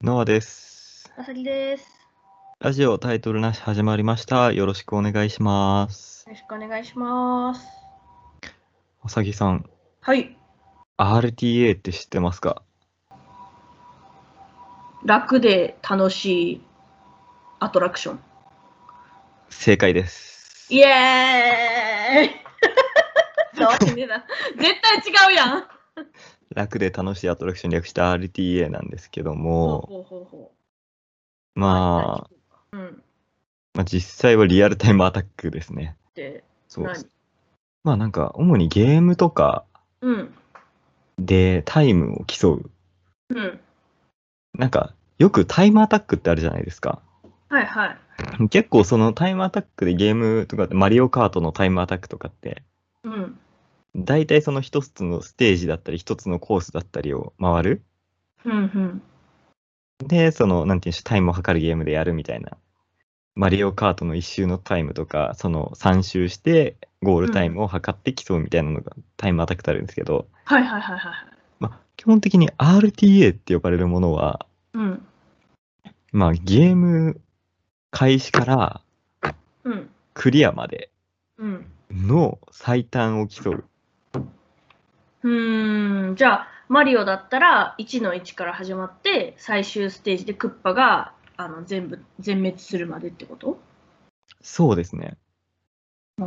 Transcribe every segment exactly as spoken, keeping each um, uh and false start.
ノアです。 あさぎです。 ラジオタイトルなし始まりました。よろしくお願いします。 よろしくお願いします。 あさぎさん、 はい。 アールティーエー って知ってますか？ 楽で楽しいアトラクション。 正解です。 イエーイなわけねえな。絶対違うやん。 楽で楽しいアトラクション略して アールティーエー なんですけども、 ほうほうほうほう。まあ、一旦聞まあ、 こうか。うん。っまあ実際はリアルタイムアタックですね。 て、 そうです。 何？ まあなんか、主にゲームとかうん。 でタイムを競う。 うん。 なんか、よくタイムアタックってあるじゃないですか。 はいはい。 結構そのタイムアタックでゲームとかってマリオカートのタイムアタックとかってうん。 大体その一つのステージだったり、一つのコースだったりを回る。 うん。うん。 で、その、なんていうんでしょう、タイムを測るゲームでやるみたいな。マリオカートの一周のタイムとか、そのさん周してゴールうん。 タイムを測って競うみたいなのがタイムアタックってあるんですけど、 はいはいはいはい。 まあ、基本的に アールティーエー って呼ばれるものは、 うん。 まあ、ゲーム開始からうん。 クリアまでうん。 の最短を競う。 うーん。じゃあ、マリオだったらいちのいちから始まって、最終ステージでクッパがあの全部全滅するまでってこと？ そうですね。 あ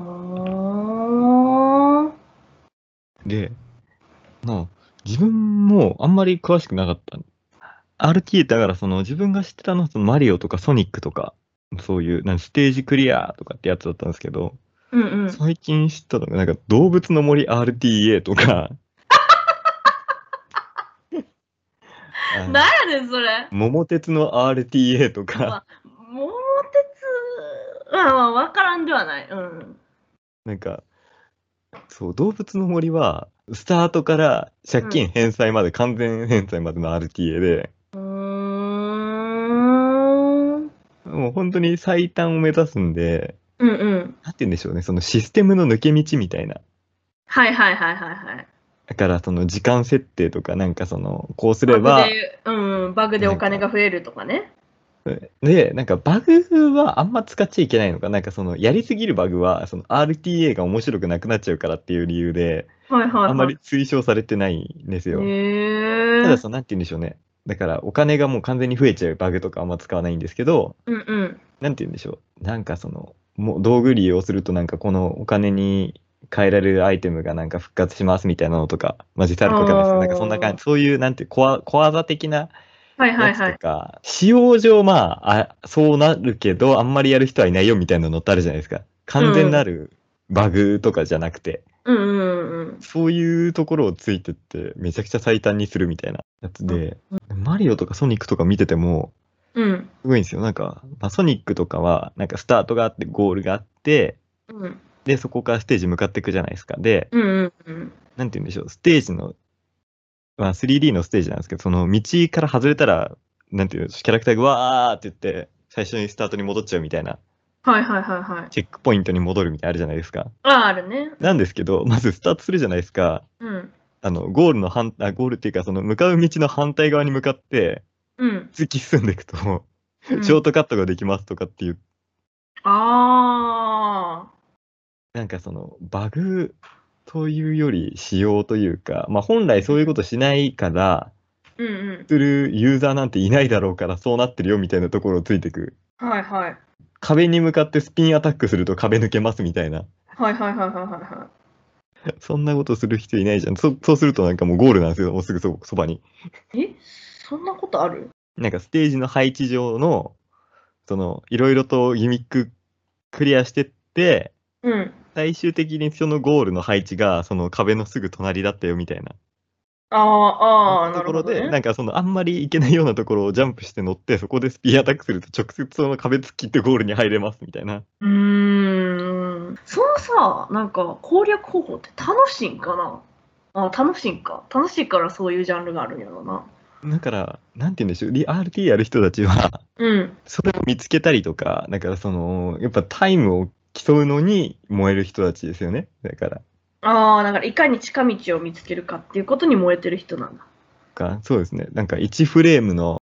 ー。 で、まあ、自分もあんまり詳しくなかった。アールティー だからその自分が知ってたのはそのマリオとかソニックとか、そういうなんステージクリアとかってやつだったんですけど、 うんうん。 最近知ったのがなんか動物の森 アールティーエー とか、あの、 なんやねん、それ。 桃鉄の アールティーエー とか、 まあ、桃鉄は、まあ、わからんではない。うん。 なんか、そう、動物の森は、スタートから借うん。 金返済まで、完全返済までの アールティーエー で、 うーん。 もう本当に最短を目指すんで、 うんうん。 なんて言うんでしょうね、そのシステムの抜け道みたいな。 はいはいはいはいはい。 だからその時間設定とかなんかそのこうすれバグばで、うん、バグでお金なんかが増えるとかね。 でなんかバグはあんま使っちゃいけないのかなんかそのやりすぎるバグはその アールティーエー が面白くなくなっちゃうからっていう理由ではいはいはあんまり推奨されてないんですい。 よ。たへえ。 だそのなんて言うんでしょうね。だからお金がもう完全に増えちゃうバグとかあんま使わないんですけど、 うんうん。 なんて言うんでしょう。なんかそのもう道具利用するとなんかこのお金に変えられるアイテムがなんか復活しますみたいなのとか、まあ実際ああるかわかんないですけど、なんかそんな感あ。 じ、そういうなんて小わ小技的なはいはやついはい。 とか、使用上まあ、あ、そうなるけど、あんまりやる人はいないよみたいなのってあるじゃないですか。完うんうん。 全なるバグとかじゃなくて、 うんうんうん。 そういうところをついてってめちゃくちゃ最短にするみたいなやつで、マリオとかソニックとか見てても、 うん。 すごいんですよ。なんか、まあ、ソニックとかは、なんかスタートがあって、ゴールがあって、 うん。 で、そこからステージ向かっていくじゃないですか。で、 うんうんうん。 なんて言うんでしょう、ステージの、まあ、スリーディー のステージなんですけど、その道から外れたら、なんていうの、キャラクターがわーって言って、最初にスタートに戻っちゃうみたいな、 はいはいはいはい。 チェックポイントに戻るみたいなのあるじゃないですか。 ああ、あるね。うなんでん。 すけど、まずスタートするじゃないですか。 うん。 あの、ゴールの反、あ、ゴールっていうか、その向かう道の反対側に向かって、 うん。 突き進んでいくと、 うん。 ショートカットができますとかっていう、 ああ。 なんかその、バグというより仕様というか、まあ本来そういうことしないから、 うんうん。 するユーザーなんていないだろうからそうなってるよみたいなところをついてく。 はいはい。 壁に向かってスピンアタックすると壁抜けますみたいな。 はいはいはいはいはいはそんなことする人いないじゃん。そ、そうするとなんかもうゴールなんですよ。もうすぐそ、そばに。 い。え、そんなことある？ なんかステージの配置上の、その、いろいろとギミッククリアしてって、 うん。 最終的にそのゴールの配置がその壁のすぐ隣だったよみたいな。 ああ、ああ、なところで、 るほどね。 なんかそのあんまり行けないようなところをジャンプして乗って、そこでスピンアタックすると直接その壁突きってゴールに入れますみたいな。 うーん。そのさ、なんか攻略方法って楽しいんかな？あ、楽しいんか。楽しいからそういうジャンルがあるんやろうな。 だから、なんて言うんでしょう、リ アールティー やる人たちは、 うん。 それを見つけたりとか、だからその、やっぱタイムを競うのに燃える人たちですよね。だから、 ああ、だからいかに近道を見つけるかっていうことに燃えてる人なんだ。 かそうですね。なんかいちフレームの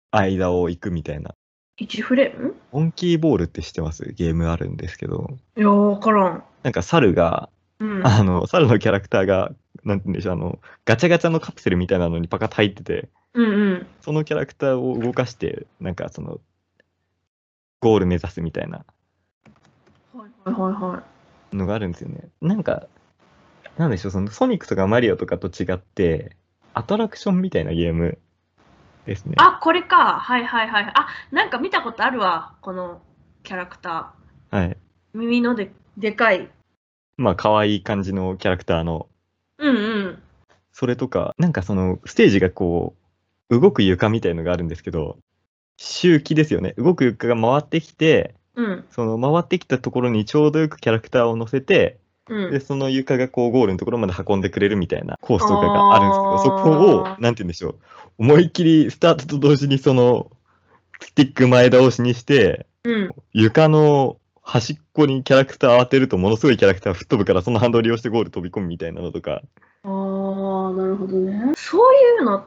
間を行くみたいな。 いちフレーム？ モンキーボールって知ってます？ゲームあるんですけど、 いや、わからん。 なんか猿が、 うん。 あの、猿のキャラクターが、なんて言うんでしょう、あの、ガチャガチャのカプセルみたいなのにパカッと入ってて、 うんうん。 そのキャラクターを動かして、なんかその、ゴール目指すみたいなはいはいはい。 のがあるんですよね。なんか、なんでしょう、そのソニックとかマリオとかと違って、アトラクションみたいなゲームですね。 あ、これか。はいはいはい。あ、なんか見たことあるわ。このキャラクタはい。 ー。耳のででかい。 まあ、可愛い感じのキャラクターの、 うんうん。 それとか、なんかその、ステージがこう、動く床みたいのがあるんですけど、周期ですよね。動く床が回ってきて、 うん。 その回ってきたところにちょうどよくキャラクターを乗せて、で、 うん。 その床がこうゴールのところまで運んでくれるみたいなコースとかがあるんですけど、そこを、 あなんて言うんでしょう。思いっきりスタートと同時にその、スティック前倒しにして、 ー。うん。 床の端っこにキャラクター当てるとものすごいキャラクター吹っ飛ぶからその反動を利用してゴール飛び込むみたいなのとか。 ああ、なるほどね。そういうのって、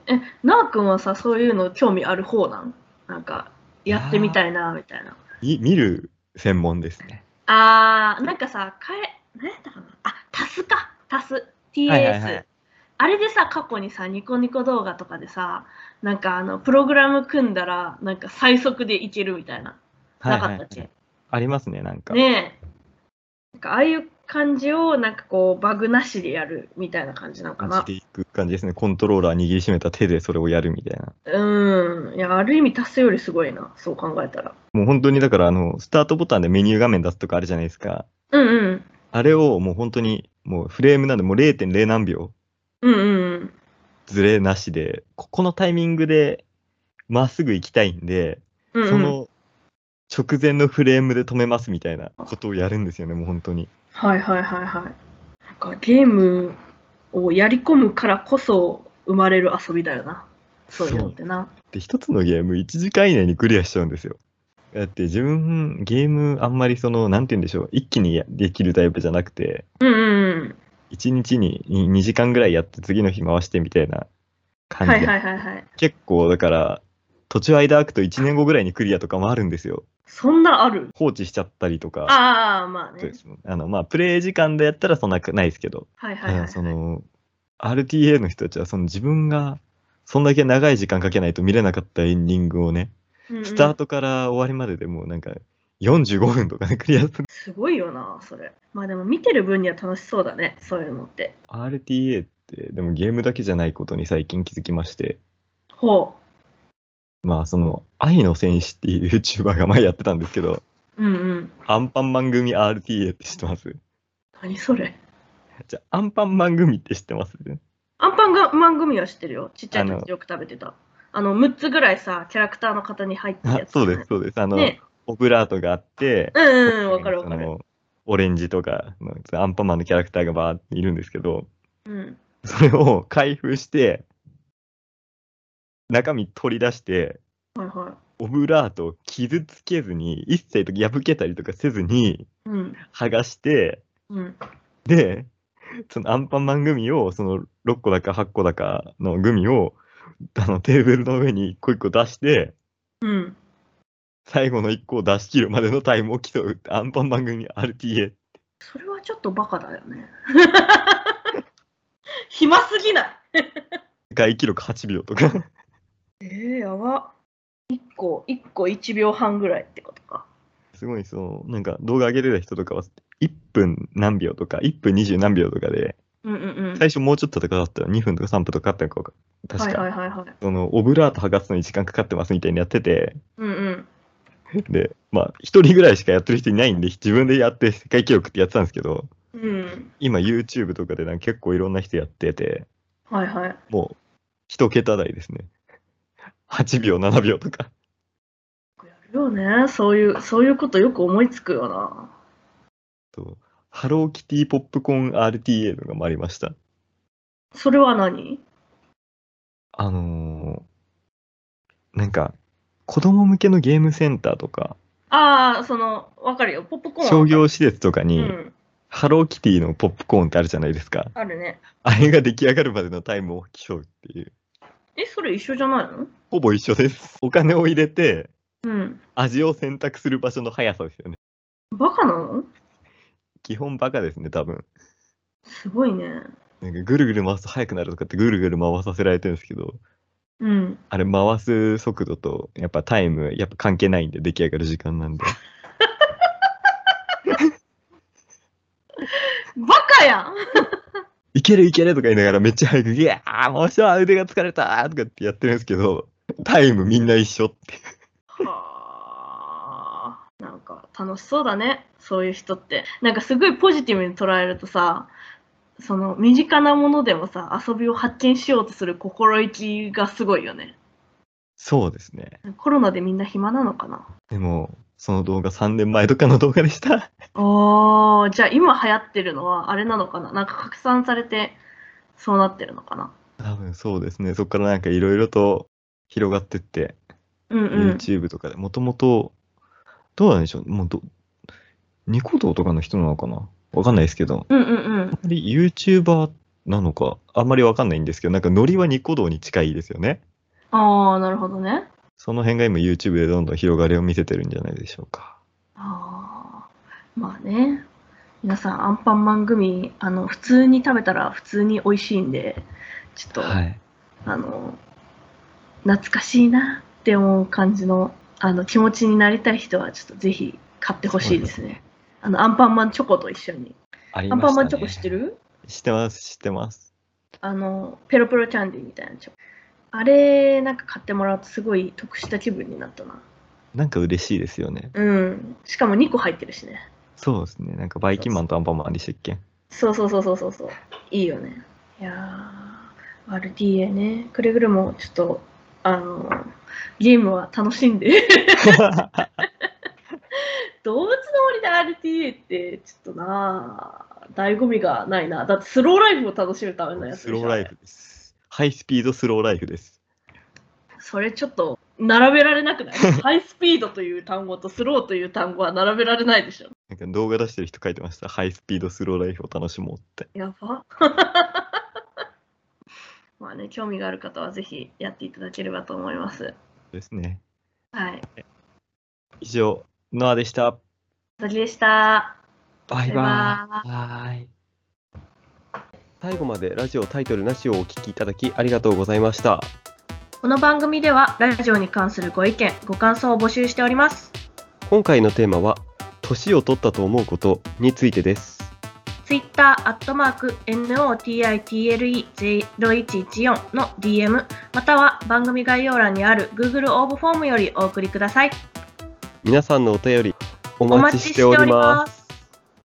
え、なあくんはさ、そういうの興味ある方なん？なんか、やってみたいな、みたいな。 み見る専門ですね。 あー、なんかさ、かえ、何やったかなあ、タスか。タス。 はいはいはティーエーエス。 い。 あれでさ、過去にさ、ニコニコ動画とかでさ、なんかあの、プログラム組んだら、なんか最速でいけるみたいな。なはいはいはい。 かったっけ？ ありますね、なんか。 ねえ。なんかああいう感じを、なんかこう、バグなしでやるみたいな感じなのかな。 感じでいく感じですね。コントローラー握りしめた手でそれをやるみたいな。 うん。いや、ある意味タスよりすごいな。そう考えたら。 もう本当にだからあの、スタートボタンでメニュー画面出すとかあるじゃないですか。 うんうん。 あれをもう本当に、もうフレームなんでもう れいてんれい 何秒うんうんうん。 ずれなしで、ここのタイミングでまっすぐ行きたいんで、 うんうん。 その直前のフレームで止めますみたいなことをやるんですよね、もう本当に。 はいはいはいはい。なんかゲームをやり込むからこそ生まれる遊びだよな。そういうそう。 のってな。 で、一つのゲームいちじかん以内にクリアしちゃうんですよ。だって自分、ゲームあんまりその、なんて言うんでしょう、一気にやできるタイプじゃなくて、 うんうんうん。 いちにちににじかんぐらいやって次の日回してみたいな感はいじで。 はいはいはい。 結構だから、途中間空くといちねんごぐらいにクリアとかもあるんですよ。 そんなある？ 放置しちゃったりとか。 ああ、まあね。 そうです。あの、まあ、プレイ時間でやったらそんなないですけど、 はいはただいはいはい。 その、アールティーエー の人たちはその自分がそんだけ長い時間かけないと見れなかったエンディングをね、 うんうん。 スタートから終わりまででもうなんかよんじゅうごふんとかでクリアする。 すごいよな、それ。まあでも見てる分には楽しそうだね、そういうのって。 アールティーエー ってでもゲームだけじゃないことに最近気づきまして、 ほまあその愛の戦士っていう YouTuber が前やってたんですけど、 う。うんうん。 アンパンマン組 アールティーエー って知ってます？ 何それ。 じゃあアンパンマン組って知ってます？ アンパンがマングミは知ってるよ。ちっちゃあの、 い時よく食べてた。あの、むっつぐらいさ、キャラクターの型に入ってるあ、 やつじそうです、 ゃない？ そうです。あの、 ね。 オブラートがあって、 うんうんうん、わその中にかるわかる。 その、オレンジとかのアンパンマンのキャラクターがバーっているんですけど、 うん。 それを開封して、中身取り出して、 はいはオブラートを傷つけずに、一切と破けたりとかせずに、 い。うん。 剥がして、 うん。 で、そのアンパンマングミを、そのろっこだかはっこだかのグミを、あのテーブルの上に一個一個出して、 うん。 最後の一個を出し切るまでのタイムを競うアンパンマン組 アールティーエー。 それはちょっとバカだよね。暇すぎない？ 世界記録はちびょうとか。 えー、やば。いっこ、いっこいちびょうはんぐらいってことか。 すごいその、なんか動画上げてた人とかはいっぷん何秒とか、いっぷんにじゅう何秒とかで、 うんうんうん。 最初もうちょっととかだったらにふんとかさんぷんとかかったのか、確か。 はいはいはいはい。 その、オブラート剥がすのに時間かかってますみたいにやってて、 うんうん。 で、まあ、一人ぐらいしかやってる人いないんで、自分でやって世界記録ってやってたんですけど、 うん。 今 YouTube とかでなんか結構いろんな人やってて、 はいはい。 もう、一桁台ですね。はちびょう、ななびょうとか。 やるよね。そういう、そういうことよく思いつくよな。 とハローキティポップコーン アールティーエー のがもありました。 それは何？ あのー、なんか、子供向けのゲームセンターとか、 ああ、その、わかるよ。ポップコーンは商わかる。 業施設とかに、 うん。 ハローキティのポップコーンってあるじゃないですか。 あるね。 あれが出来上がるまでのタイムを競うっていう。 え、それ一緒じゃないの？ ほぼ一緒です。お金を入れて、 うん。 味を選択する場所の速さですよね。 バカなの？ 基本バカですね、多分。 すごいね。 なんかぐるぐる回すと速くなるとかってぐるぐる回させられてるんですけど、 うん。 あれ回す速度とやっぱタイムやっぱ関係ないんで、出来上がる時間なんで。 バカやん。 いけるいけるとか言いながらめっちゃ早く、いやー、もうしょ腕が疲れたーとかってやってるんですけど、タイムみんな一緒って。 はあ。なんか楽しそうだね。そういう人って。なんかすごいポジティブに捉えるとさ、その身近なものでもさ、遊びを発見しようとする心意気がすごいよね。 そうですね。 コロナでみんな暇なのかな。 でも、その動画さんねんまえとかの動画でした。 ああ、じゃあ今流行ってるのはあれなのかな。なんか拡散されてそうなってるのかな。 多分そうですね。そこからなんかいろいろと広がってって、 うんうん。 YouTube とかでもともと、どうなんでしょう。もうど、ニコ動とかの人なのかなわかんないですけど、 うんうんうん。 あんまり YouTuber なのか、あんまりわかんないんですけど、なんかノリはニコ動に近いですよね。 ああ、なるほどね。 その辺が今 YouTube でどんどん広がりを見せてるんじゃないでしょうか。 ああ、まあね。皆さん、アンパンマングミ、あの、普通に食べたら普通に美味しいんで、ちょっと、 はい。 あの、懐かしいなって思う感じの、あの、気持ちになりたい人は、ちょっとぜひ買ってほしいですね。あの、アンパンマンチョコと一緒に。 ありアンましたね。 パンマンチョコ知ってる？ 知ってます、知ってます。 あの、ペロペロキャンディーみたいなチョコ。あれ、なんか買ってもらうとすごい得した気分になったな。 なんか嬉しいですよね。 うん。しかもにこ入ってるしね。 そうですね。なんかバイキンマンとアンパンマンでしたっけ？ そうそうそうそうそうそう。いいよね。いやー、アールティーエー ね。くれぐれもちょっと、あの、ゲームは楽しんで。動物の森で アールティーエー ってちょっとなぁ、醍醐味がないな。だってスローライフを楽しむためのやつスでしょ。 ローライフです。ハイスピードスローライフです。 それちょっと並べられなくない？ハイスピードという単語とスローという単語は並べられないでしょ。 なんか動画出してる人書いてました。ハイスピードスローライフを楽しもうって。 やば。まあね、興味がある方はぜひやっていただければと思います。 ですね。 はい。 以上、ノアでした。 さきでした。 バイバイバーイ。最後までラジオタイトルなしをお聞きいただきありがとうございました。 この番組ではラジオに関するご意見、ご感想を募集しております。 今回のテーマは、年を取ったと思うことについてです。 Twitter アットマーク ノーティーアイティーエルイーゼロいちいちよん の ディーエム または番組概要欄にある Google 応募フォームよりお送りください。 皆さんのお便りお待ちしております。